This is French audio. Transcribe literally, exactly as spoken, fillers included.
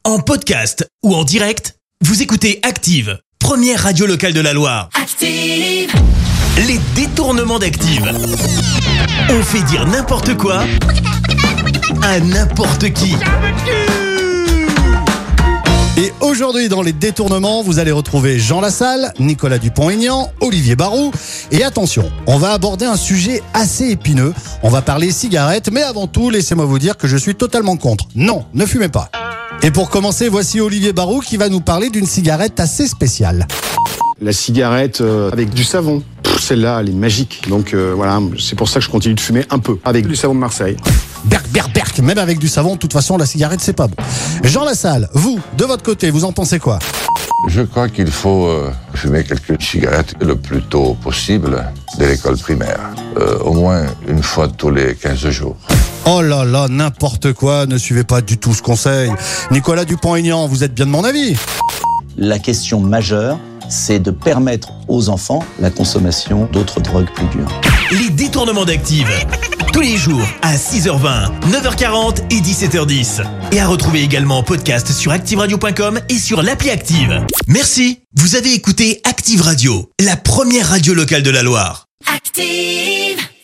En podcast ou en direct, vous écoutez Active, première radio locale de la Loire. Active! Les détournements d'Active. On fait dire n'importe quoi à n'importe qui. Et aujourd'hui, dans les détournements, vous allez retrouver Jean Lassalle, Nicolas Dupont-Aignan, Olivier Barou. Et attention, on va aborder un sujet assez épineux. On va parler cigarettes, mais avant tout, laissez-moi vous dire que je suis totalement contre. Non, ne fumez pas. Et pour commencer, voici Olivier Barou qui va nous parler d'une cigarette assez spéciale. La cigarette euh, avec du savon. Pff, celle-là, elle est magique. Donc euh, voilà, c'est pour ça que je continue de fumer un peu. Avec du savon de Marseille. Berk, berk, berk. Même avec du savon, de toute façon, la cigarette, c'est pas bon. Jean Lassalle, vous, de votre côté, vous en pensez quoi ? Je crois qu'il faut euh, fumer quelques cigarettes le plus tôt possible dès l'école primaire. Euh, au moins une fois tous les quinze jours. Oh là là, n'importe quoi, ne suivez pas du tout ce conseil. Nicolas Dupont-Aignan, vous êtes bien de mon avis ? La question majeure, c'est de permettre aux enfants la consommation d'autres drogues plus dures. Les détournements d'Active. Tous les jours à six heures vingt, neuf heures quarante et dix-sept heures dix. Et à retrouver également en podcast sur active radio point com et sur l'appli Active. Merci. Vous avez écouté Active Radio, la première radio locale de la Loire. Active!